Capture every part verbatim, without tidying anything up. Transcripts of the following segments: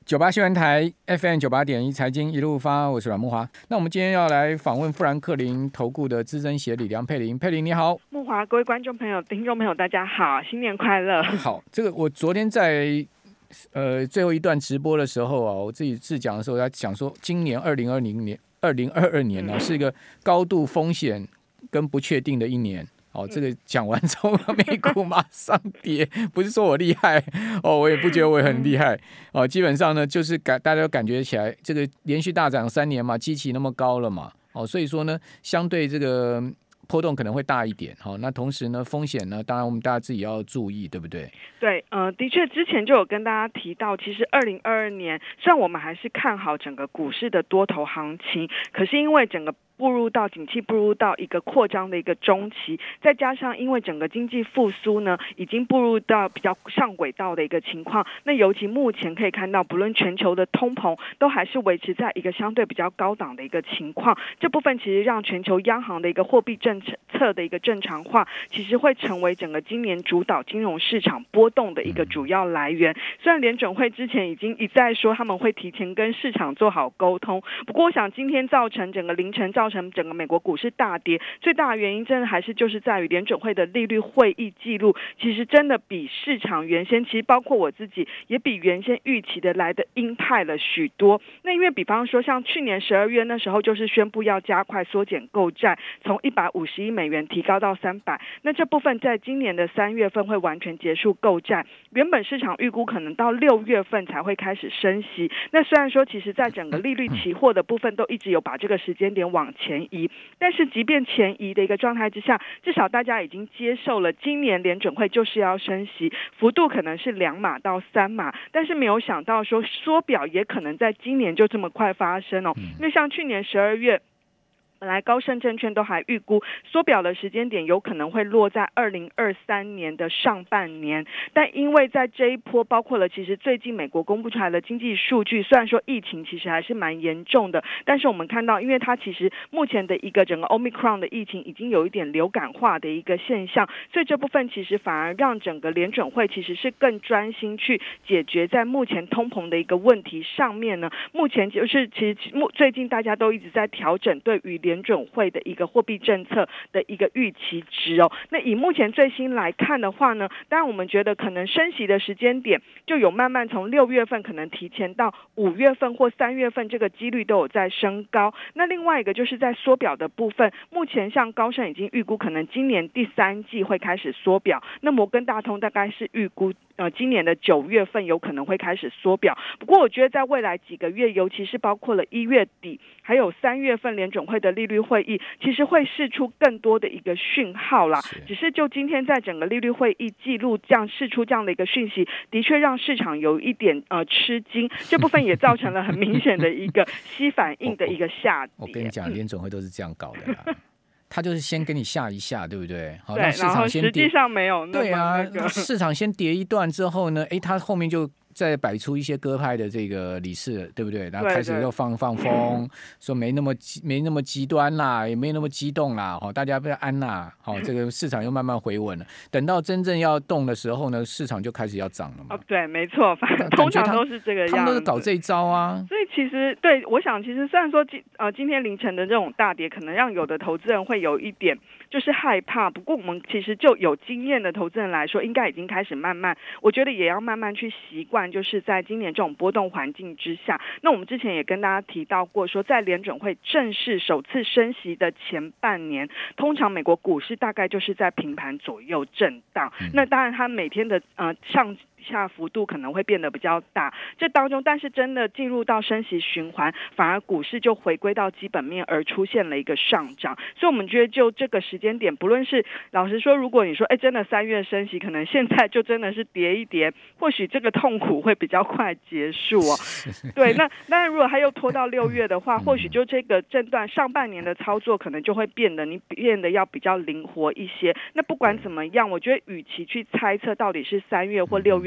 九八新闻台 F M 九八点一财经一路发，我是阮慕骅。那我们今天要来访问富兰克林投顾的资深协理梁佩玲。佩玲你好。 慕骅，各位观众朋友、听众朋友，大家好，新年快乐。 好，这个我昨天在呃最后一段直播的时候啊，我自己自讲的时候，在讲说，今年二零二零年、二零二二年呢、啊，是一个高度风险跟不确定的一年。哦，这个讲完之后，美股马上跌，不是说我厉害哦，我也不觉得我很厉害哦。基本上呢，就是感大家都感觉起来，这个连续大涨三年嘛，基期那么高了嘛，哦，所以说呢，相对这个波动可能会大一点。好、哦，那同时呢，风险呢，当然我们大家自己要注意，对不对？ 对，呃，的确，之前就有跟大家提到，其实二零二二年，虽然我们还是看好整个股市的多头行情，可是因为整个步入到景气步入到一个扩张的一个中期，再加上因为整个经济复苏呢，已经步入到比较上轨道的一个情况。那尤其目前可以看到，不论全球的通膨都还是维持在一个相对比较高档的一个情况。这部分其实让全球央行的一个货币政策的一个正常化，其实会成为整个今年主导金融市场波动的一个主要来源。虽然联准会之前已经一再说他们会提前跟市场做好沟通，不过我想今天造成整个凌晨造成整个美国股市大跌，最大的原因真的还是就是在于联准会的利率会议记录，其实真的比市场原先，其实包括我自己也比原先预期的来的鹰派了许多。那因为比方说像去年十二月那时候就是宣布要加快缩减购债，从一百五十亿美元提高到三百，那这部分在今年的三月份会完全结束购债，原本市场预估可能到六月份才会开始升息。那虽然说其实在整个利率期货的部分都一直有把这个时间点往前移，但是即便前移的一个状态之下，至少大家已经接受了今年联准会就是要升息，幅度可能是两码到三码，但是没有想到说缩表也可能在今年就这么快发生哦。因为像去年十二月本来高盛证券都还预估缩表的时间点有可能会落在二零二三年的上半年，但因为在这一波包括了其实最近美国公布出来的经济数据，虽然说疫情其实还是蛮严重的，但是我们看到因为它其实目前的一个整个 Omicron 的疫情已经有一点流感化的一个现象，所以这部分其实反而让整个联准会其实是更专心去解决在目前通膨的一个问题上面呢。目前就是其实最近大家都一直在调整对于联准会的一个货币政策的一个预期值哦。那以目前最新来看的话呢，当然我们觉得可能升息的时间点就有慢慢从六月份可能提前到五月份或三月份，这个几率都有在升高。那另外一个就是在缩表的部分，目前像高盛已经预估可能今年第三季会开始缩表，那摩根大通大概是预估呃今年的九月份有可能会开始缩表。不过我觉得在未来几个月，尤其是包括了一月底还有三月份联准会的利率会议，其实会释出更多的一个讯号啦。只是就今天在整个利率会议记录这样释出这样的一个讯息，的确让市场有一点呃吃惊，这部分也造成了很明显的一个吸反应的一个下跌。 我跟你讲，联准会都是这样搞的啦。他就是先给你吓一下，对不对？好， 对， 让市场先跌， 然后实际上没有那么、那个、 对啊，市场先跌一段之后呢，哎，他后面就再摆出一些鸽派的这个理事，对不对？然后开始又放放风，说没那么没那么极端啦，也没那么激动啦，好，大家不要安啦，好，这个市场又慢慢回稳了。等到真正要动的时候呢，市场就开始要涨了嘛。 哦，对，没错，反正通常都是这个样子， 他们都是搞这一招啊。 所以其实对，我想其实虽然说今呃今天凌晨的这种大跌，可能让有的投资人会有一点就是害怕，不过我们其实就有经验的投资人来说，应该已经开始慢慢，我觉得也要慢慢去习惯，就是在今年这种波动环境之下。那我们之前也跟大家提到过说，在联准会正式首次升息的前半年，通常美国股市大概就是在平盘左右震荡。嗯、那当然它每天的呃上下幅度可能会变得比较大，这当中但是真的进入到升息循环，反而股市就回归到基本面而出现了一个上涨。所以我们觉得就这个时间点，不论是老实说，如果你说哎真的三月升息，可能现在就真的是跌一跌，或许这个痛苦会比较快结束哦。对，那当然如果它又拖到六月的话，或许就这个这段上半年的操作可能就会变得你变得要比较灵活一些。那不管怎么样，我觉得与其去猜测到底是三月或六月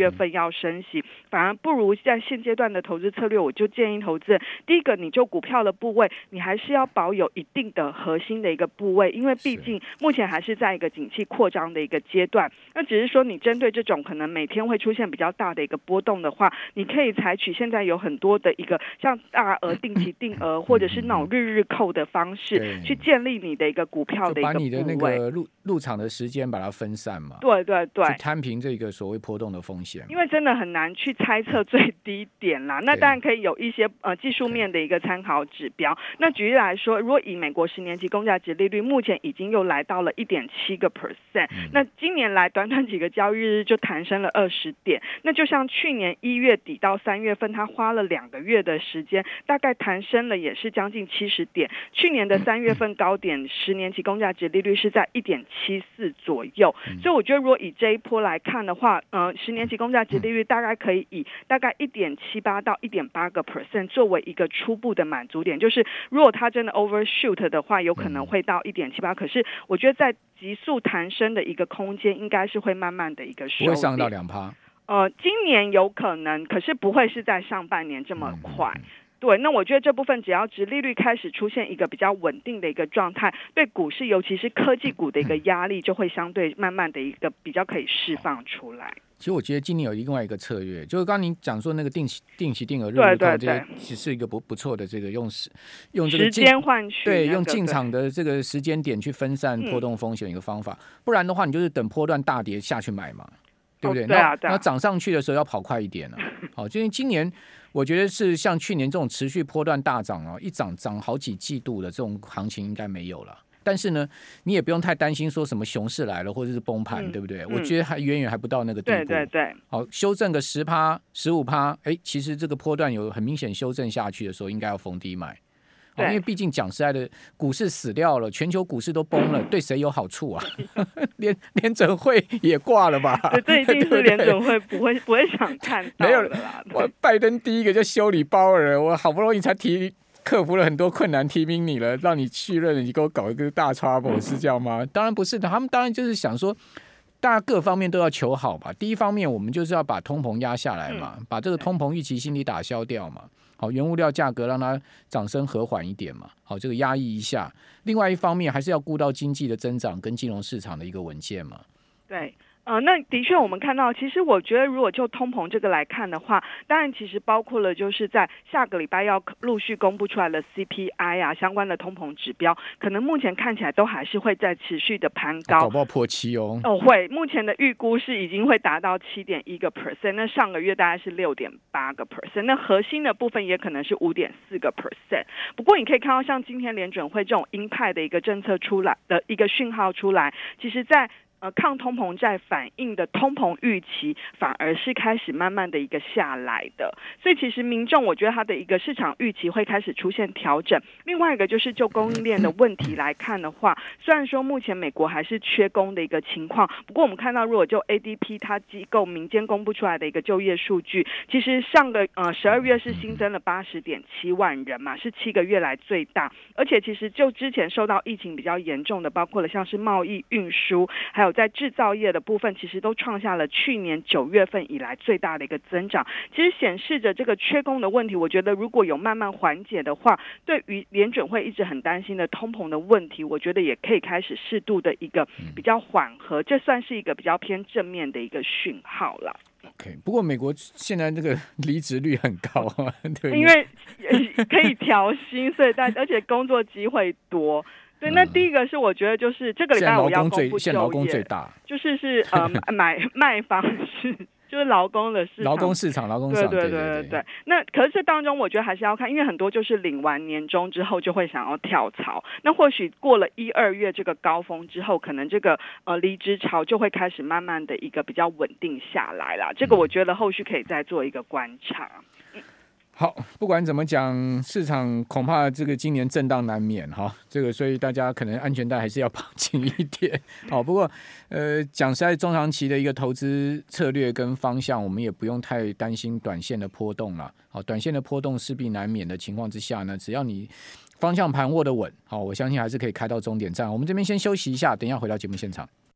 月份要升息，反而不如在现阶段的投资策略，我就建议投资人，第一个，你就股票的部位，你还是要保有一定的核心的一个部位，因为毕竟目前还是在一个景气扩张的一个阶段。那只是说，你针对这种可能每天会出现比较大的一个波动的话，你可以采取现在有很多的一个像大额定期定额或者是那种日日扣的方式，去建立你的一个股票的一个部位， 把你的那个入入场的时间把它分散嘛， 对对对， 去摊平这个所谓波动的风险。 因为真的很难去猜测最低点啦，那当然可以有一些呃技术面的一个参考指标。那举例来说，如果以美国十年期公债殖利率目前已经又来到了一点七个 percent， 那今年来短短几个交易日就弹升了二十点。那就像去年一月底到三月份，它花了两个月的时间，大概弹升了也是将近七十点。去年的三月份高点，十年期公债殖利率是在一点七四左右。所以我觉得，如果以这一波来看的话，呃，十年期公债殖利率大概可以以大概一点七八到一点八个 percent 作为一个初步的满足点，就是如果它真的 overshoot 的话，有可能会到一点七八。可是我觉得在急速弹升的一个空间，应该是会慢慢的一个收敛， 不会上到两趴。 呃，今年有可能，可是不会是在上半年这么快。嗯对，那我觉得这部分只要殖利率开始出现一个比较稳定的一个状态，对股市尤其是科技股的一个压力就会相对慢慢的一个比较可以释放出来。 其实我觉得今年有另外一个策略，就是刚刚您讲说那个定期定期定额日日扣，这些其实是一个不不错的这个用时用这个时间换取、 对用进场的这个时间点去分散波动风险的一个方法。嗯、不然的话，你就是等波段大跌下去买嘛，对不对？ 哦、对啊，对啊。 那涨上去的时候要跑快一点啊。好，就是今年。我觉得是像去年这种持续波段大涨哦，一涨涨好几季度的这种行情应该没有了。但是呢，你也不用太担心说什么熊市来了或者是崩盘，嗯、对不对？嗯、我觉得还远远还不到那个地步。 对对对。 好，修正个十趴、十五趴，哎，其实这个波段有很明显修正下去的时候，应该要逢低买。因为毕竟讲实在的，股市死掉了，全球股市都崩了，对谁有好处啊？联联准会也挂了吧？ 对，这一定是联准会不会不会想看到的啦。 我拜登第一个就修理鲍尔，我好不容易才提克服了很多困难，提名你了，让你去任，你给我搞一个大 trouble， 是这样吗？当然不是的，他们当然就是想说。大家各方面都要求好吧。第一方面，我们就是要把通膨压下来嘛，嗯、把这个通膨预期心理打消掉嘛。好，原物料价格让它涨升和缓一点嘛。好，这个压抑一下。另外一方面，还是要顾到经济的增长跟金融市场的一个稳健嘛。 对。呃，那的确我们看到，其实我觉得如果就通膨这个来看的话，当然其实包括了就是在下个礼拜要陆续公布出来的 C P I 啊相关的通膨指标，可能目前看起来都还是会在持续的攀高， 搞不好破七哦。 哦，会，目前的预估是已经会达到七点一个 percent， 那上个月大概是六点八个 percent， 那核心的部分也可能是五点四个 percent。不过你可以看到，像今天联准会这种鹰派的一个政策出来的一个讯号出来，其实在呃，抗通膨债反映的通膨预期反而是开始慢慢的一个下来的，所以其实民众我觉得他的一个市场预期会开始出现调整。另外一个就是就供应链的问题来看的话，虽然说目前美国还是缺工的一个情况，不过我们看到如果就 A D P 它机构民间公布出来的一个就业数据，其实上个呃十二月是新增了八十点七万人嘛，是七个月来最大，而且其实就之前受到疫情比较严重的，包括了像是贸易运输，还有在制造业的部分，其实都创下了去年九月份以来最大的一个增长。其实显示着这个缺工的问题，我觉得如果有慢慢缓解的话，对于联准会一直很担心的通膨的问题，我觉得也可以开始适度的一个比较缓和，这算是一个比较偏正面的一个讯号了。 OK， 不过美国现在这个离职率很高啊，对， 因为可以调薪，所以大而且工作机会多。对，那第一个是我觉得就是这个礼拜我要公布就业， 劳工最大， 就是是呃买卖方式，就是劳工的市场， 劳工市场，劳工市场， 对对对对 对, 对。那可是这当中，我觉得还是要看，因为很多就是领完年终之后就会想要跳槽，那或许过了一二月这个高峰之后，可能这个呃离职潮就会开始慢慢的一个比较稳定下来啦。这个我觉得后续可以再做一个观察。 好，不管怎么讲，市场恐怕这个今年震荡难免哈，这个所以大家可能安全带还是要绑紧一点。好，不过呃，讲实在，中长期的一个投资策略跟方向，我们也不用太担心短线的波动了。好，短线的波动势必难免的情况之下呢，只要你方向盘握得稳，好，我相信还是可以开到终点站。我们这边先休息一下，等一下回到节目现场。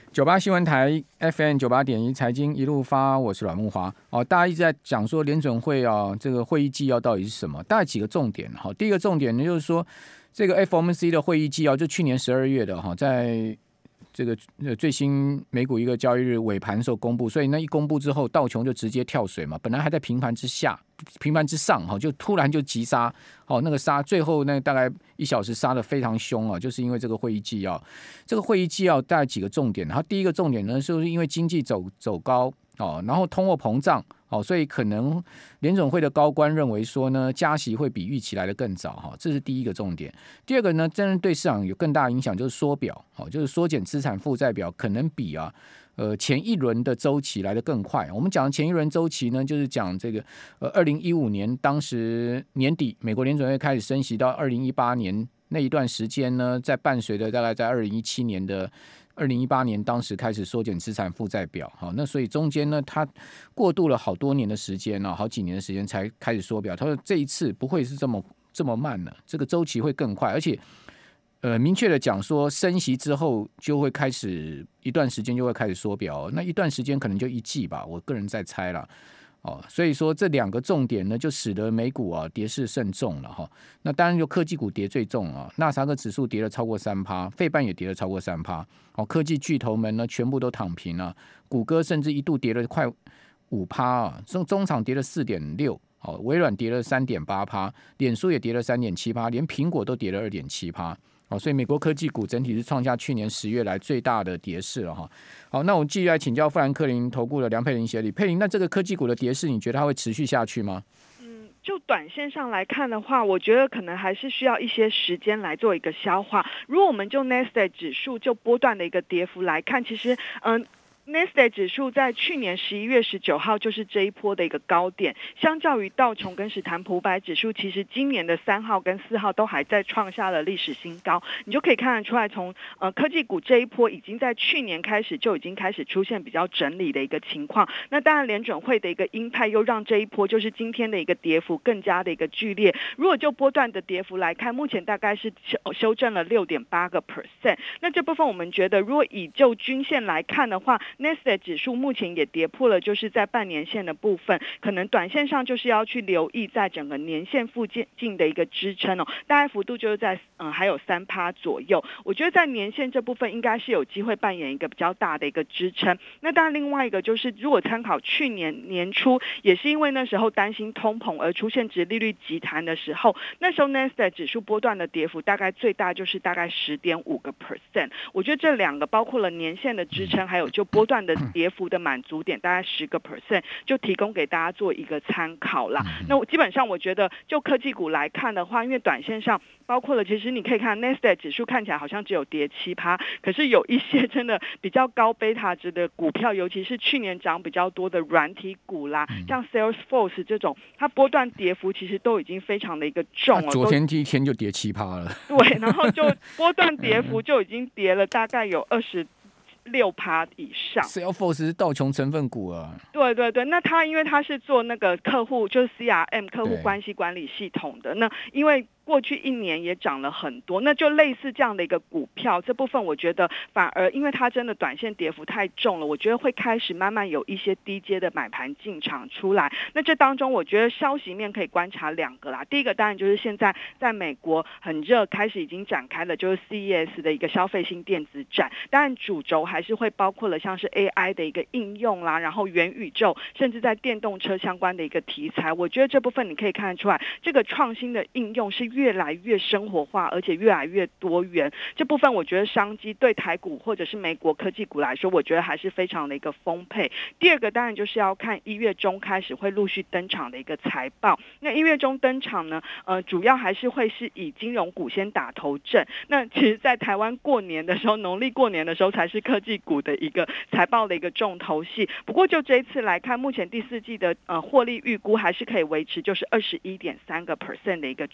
九八新闻台 F M 九八点一财经一路发，我是阮慕骅。哦，大家一直在讲说联准会啊，这个会议纪要到底是什么？大概几个重点。好，第一个重点呢，就是说这个 F O M C 的会议纪要，就去年十二月的哈，在这个最新美股一个交易日尾盘的时候公布，所以那一公布之后，道琼就直接跳水嘛，本来还在平盘之下、平盘之上，就突然就急杀，那个杀最后那大概一小时杀得非常凶啊，就是因为这个会议纪要。这个会议纪要大概几个重点，然后第一个重点呢，就是因为经济走走高，然后通货膨胀。哦，所以可能联准会的高官认为说呢，加息会比预期来得更早哈，这是第一个重点。第二个呢，真正对市场有更大影响就是缩表，哦，就是缩减资产负债表，可能比啊呃前一轮的周期来得更快。我们讲的前一轮周期呢，就是讲这个呃二零一五年当时年底，美国联准会开始升息到二零一八年那一段时间呢，在伴随的大概在二零一七年的。二零一八年当时开始缩减资产负债表，好，那所以中间呢，它过渡了好多年的时间好几年的时间才开始缩表。他说这一次不会是这么这么慢了，这个周期会更快，而且呃明确的讲说，升息之后就会开始一段时间就会开始缩表，那一段时间可能就一季吧，我个人在猜啦。哦，所以说这两个重点呢，就使得美股啊跌势甚重了哈。那当然就科技股跌最重啊，纳斯达克指数跌了超过三趴，费半也跌了超过三趴。哦，科技巨头们呢全部都躺平了，谷歌甚至一度跌了快五趴啊，中中场跌了四点六，哦，微软跌了三点八趴，脸书也跌了三点七趴，连苹果都跌了二点七趴。好，所以美国科技股整体是创下去年十月来最大的跌势了哈。好，那我继续来请教富兰克林投顾的梁佩玲协理。佩玲，那这个科技股的跌势，你觉得它会持续下去吗？ 嗯，就短线上来看的话，我觉得可能还是需要一些时间来做一个消化。如果我们就 Nasdaq 指数就波段的一个跌幅来看，其实嗯。Nasdaq 指数在去年十一月十九号就是这一波的一个高点，相较于道琼跟史坦普五百指数，其实今年的三号跟四号都还在创下了历史新高，你就可以看得出来从，从呃科技股这一波已经在去年开始就已经开始出现比较整理的一个情况。那当然联准会的一个鹰派又让这一波就是今天的一个跌幅更加的一个剧烈。如果就波段的跌幅来看，目前大概是修正了 六点八个 percent。那这部分我们觉得，如果以就均线来看的话，Nasdaq 指数目前也跌破了，就是在半年线的部分，可能短线上就是要去留意在整个年线附近的一个支撑哦，大概幅度就是在嗯还有三趴左右。我觉得在年线这部分应该是有机会扮演一个比较大的一个支撑。那当然另外一个就是，如果参考去年年初，也是因为那时候担心通膨而出现殖利率急弹的时候，那时候 Nasdaq 指数波段的跌幅大概最大就是大概十点五个 percent。我觉得这两个包括了年线的支撑，还有就波段的跌幅的满足点大概十个 percent， 就提供给大家做一个参考啦。那我基本上我觉得就科技股来看的话，因为短线上包括了其实你可以看 Nasdaq 指数看起来好像只有跌七趴，可是有一些真的比较高贝塔值的股票，尤其是去年涨比较多的软体股啦，像 Salesforce 这种，它波段跌幅其实都已经非常的一个重了。 昨天第一天就跌七趴了。 对，然后就波段跌幅就已经跌了大概有二十六趴以上。 Salesforce 是道琼成分股啊。 对对对，那他因为他是做那个客户就是 C R M 客户关系管理系统的，那因为过去一年也涨了很多，那就类似这样的一个股票，这部分我觉得反而因为它真的短线跌幅太重了，我觉得会开始慢慢有一些低阶的买盘进场出来。那这当中我觉得消息面可以观察两个啦，第一个当然就是现在在美国很热，开始已经展开了就是 C E S 的一个消费性电子展，当然主轴还是会包括了像是 A I 的一个应用啦，然后元宇宙，甚至在电动车相关的一个题材。我觉得这部分你可以看得出来，这个创新的应用是越来越生活化，而且越来越多元。这部分我觉得商机对台股或者是美国科技股来说，我觉得还是非常的一个丰沛。第二个当然就是要看一月中开始会陆续登场的一个财报。那一月中登场呢，呃，主要还是会是以金融股先打头阵。那其实在台湾过年的时候，农历过年的时候才是科技股的一个财报的一个重头戏。不过就这一次来看，目前第四季的呃获利预估还是可以维持就是二十一点三个 percent 的一个成长。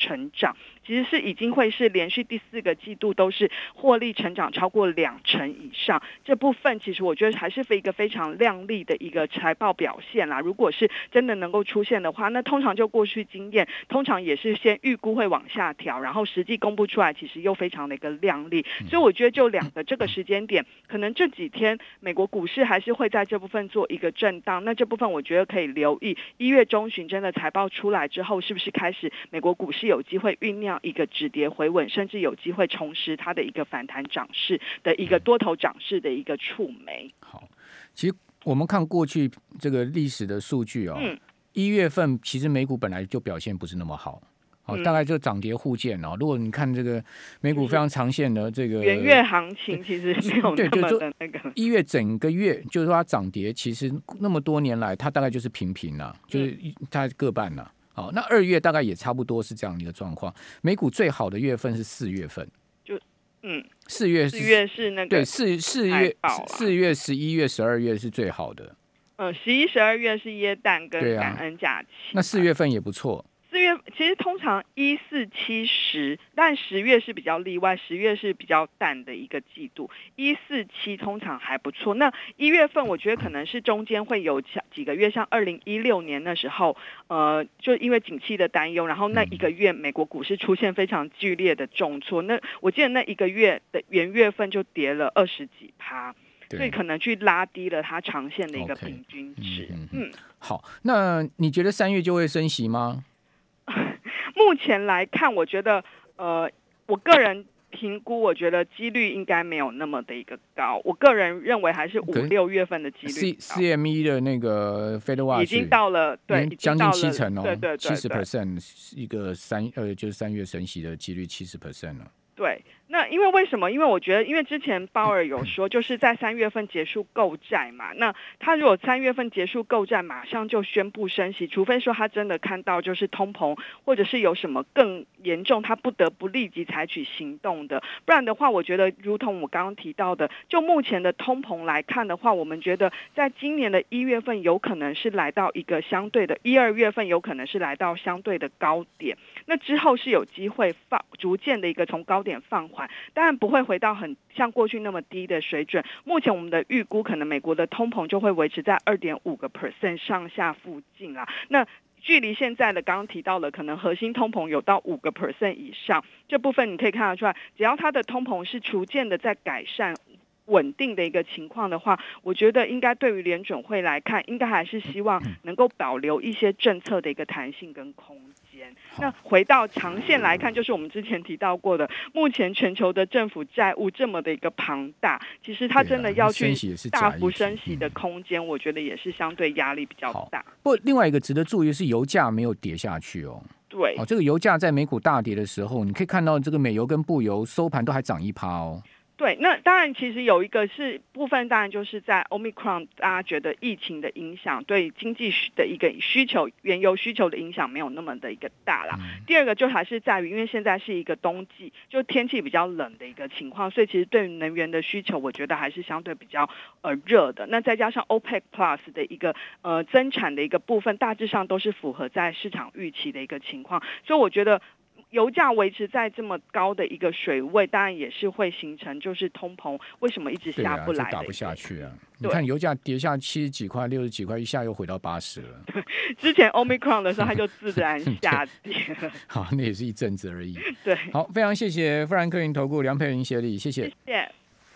长，其实是已经会是连续第四个季度都是获利成长超过两成以上。这部分其实我觉得还是一个非常亮丽的一个财报表现啦。如果是真的能够出现的话，那通常就过去经验，通常也是先预估会往下调，然后实际公布出来其实又非常的一个亮丽。所以我觉得就两个这个时间点，可能这几天美国股市还是会在这部分做一个震荡。那这部分我觉得可以留意一月中旬真的财报出来之后，是不是开始美国股市有机会酝酿一个止跌回稳，甚至有机会重拾它的一个反弹涨势的一个多头涨势的一个触媒。 好，其实我们看过去这个历史的数据哦， 嗯， 一月份其实美股本来就表现不是那么好。好，大概就涨跌互见哦。如果你看这个美股非常长线的这个元月行情，其实没有那么的那个。 一月整个月就是说它涨跌，其实那么多年来它大概就是平平啦，就是它各半啦。好，那二月大概也差不多是这样的一个状况。美股最好的月份是四月份， 就嗯， 四月四月是那个对四四月四月十一月十二月是最好的。 嗯，十一十二月是耶诞跟感恩假期， 啊、那四月份也不错。 四月其实通常一四七十，但十月是比较例外，十月是比较淡的一个季度，一四七通常还不错。那一月份我觉得可能是中间会有几个月，像二零一六年那时候，呃，就因为景气的担忧，然后那一个月美国股市出现非常剧烈的重挫，那我记得那一个月的元月份就跌了二十几趴。所以可能去拉低了它长线的一个平均值。 嗯, 嗯, 嗯，好，那你觉得三月就会升息吗？ 目前来看，我觉得，呃，我个人评估，我觉得几率应该没有那么的一个高。我个人认为还是五六月份的几率高。 C M E 的那个 Fed Watch 已经到了，对， 将近七成哦， 对对对， 七十 percent 一个三呃，就是三月升息的几率七十 percent 了。 对，那因为为什么？因为我觉得，因为之前鲍尔有说，就是在三月份结束购债嘛。那他如果三月份结束购债，马上就宣布升息，除非说他真的看到就是通膨，或者是有什么更严重，他不得不立即采取行动的。不然的话，我觉得，如同我刚刚提到的，就目前的通膨来看的话，我们觉得在今年的一月份有可能是来到一个相对的，一二月份有可能是来到相对的高点。那之后是有机会放逐渐的一个从高点放缓，当然不会回到很像过去那么低的水准。目前我们的预估可能美国的通膨就会维持在 二点五个 percent 上下附近啦。那距离现在的刚刚提到了可能核心通膨有到五个 percent 以上，这部分你可以看得出来，只要它的通膨是逐渐的在改善稳定的一个情况的话，我觉得应该对于联准会来看，应该还是希望能够保留一些政策的一个弹性跟空间。那回到长线来看，就是我们之前提到过的，目前全球的政府债务这么的一个庞大，其实它真的要去大幅升息的空间，我觉得也是相对压力比较大。 不过另外一个值得注意的是，油价没有跌下去哦。 对， 哦，这个油价在美股大跌的时候，你可以看到这个美油跟布油收盘都还涨一趴哦。 对，那当然其实有一个是部分，当然就是在 Omicron 大家觉得疫情的影响对经济的一个需求，原油需求的影响没有那么的一个大啦、嗯、第二个就还是在于因为现在是一个冬季，就天气比较冷的一个情况，所以其实对于能源的需求我觉得还是相对比较呃热的。那再加上 OPEC Plus 的一个呃增产的一个部分，大致上都是符合在市场预期的一个情况，所以我觉得油价维持在这么高的一个水位，当然也是会形成就是通膨为什么一直下不来的、 啊、打不下去啊。你看油价跌下七十几块六十几块，一下又回到八十了。 之前 Omicron 的时候它就自然下跌了好，那也是一阵子而已。 对， 好，非常谢谢富兰克林投顾梁佩玲协理，谢谢。 谢谢。